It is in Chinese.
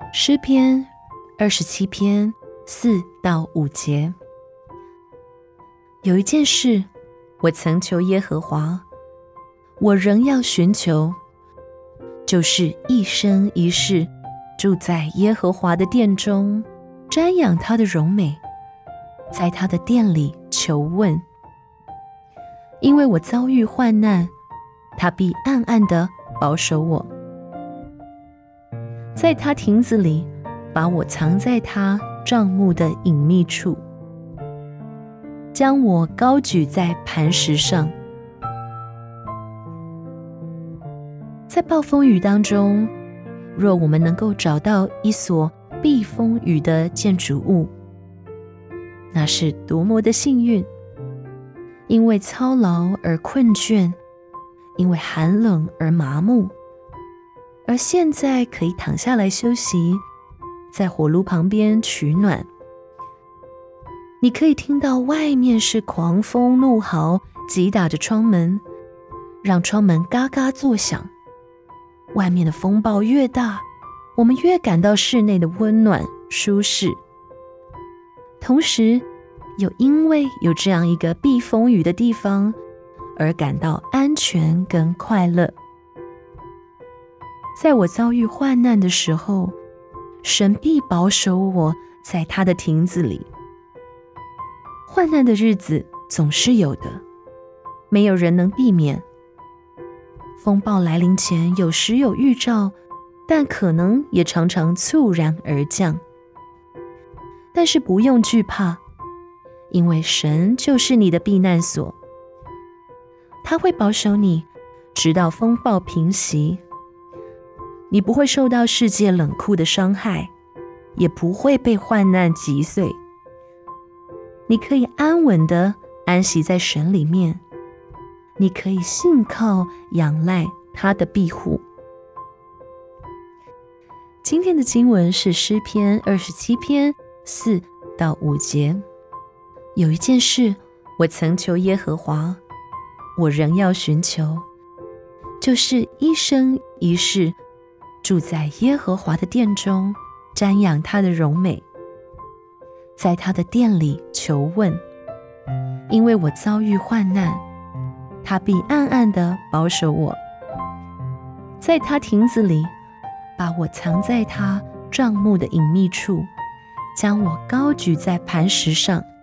诗篇27篇4到5节。有一件事，我曾求耶和华，我仍要寻求，就是一生一世住在耶和华的殿中，瞻仰他的荣美，在他的殿里求问。因为我遭遇患难，他必暗暗地保守我，在他亭子里把我藏在他帐幕的隐秘处，将我高举在磐石上。在暴风雨当中，若我们能够找到一所避风雨的建筑物，那是多么的幸运！因为操劳而困倦，因为寒冷而麻木，而现在可以躺下来休息，在火炉旁边取暖。你可以听到外面是狂风怒号击打着窗门，让窗门嘎嘎作响。外面的风暴越大，我们越感到室内的温暖舒适。同时又因为有这样一个避风雨的地方，而感到安全跟快乐。在我遭遇患难的时候，神必保守我在他的亭子里。患难的日子总是有的，没有人能避免。风暴来临前有时有预兆，但可能也常常猝然而降。但是不用惧怕，因为神就是你的避难所，他会保守你，直到风暴平息。你不会受到世界冷酷的伤害，也不会被患难击碎。你可以安稳地安息在神里面，你可以信靠仰赖他的庇护。今天的经文是诗篇27篇4到5节。有一件事，我曾求耶和华，我仍要寻求，就是一生一世住在耶和华的殿中，瞻仰他的荣美，在他的殿里求问。因为我遭遇患难，他必暗暗地保守我，在他亭子里把我藏在他帐幕的隐秘处，将我高举在磐石上。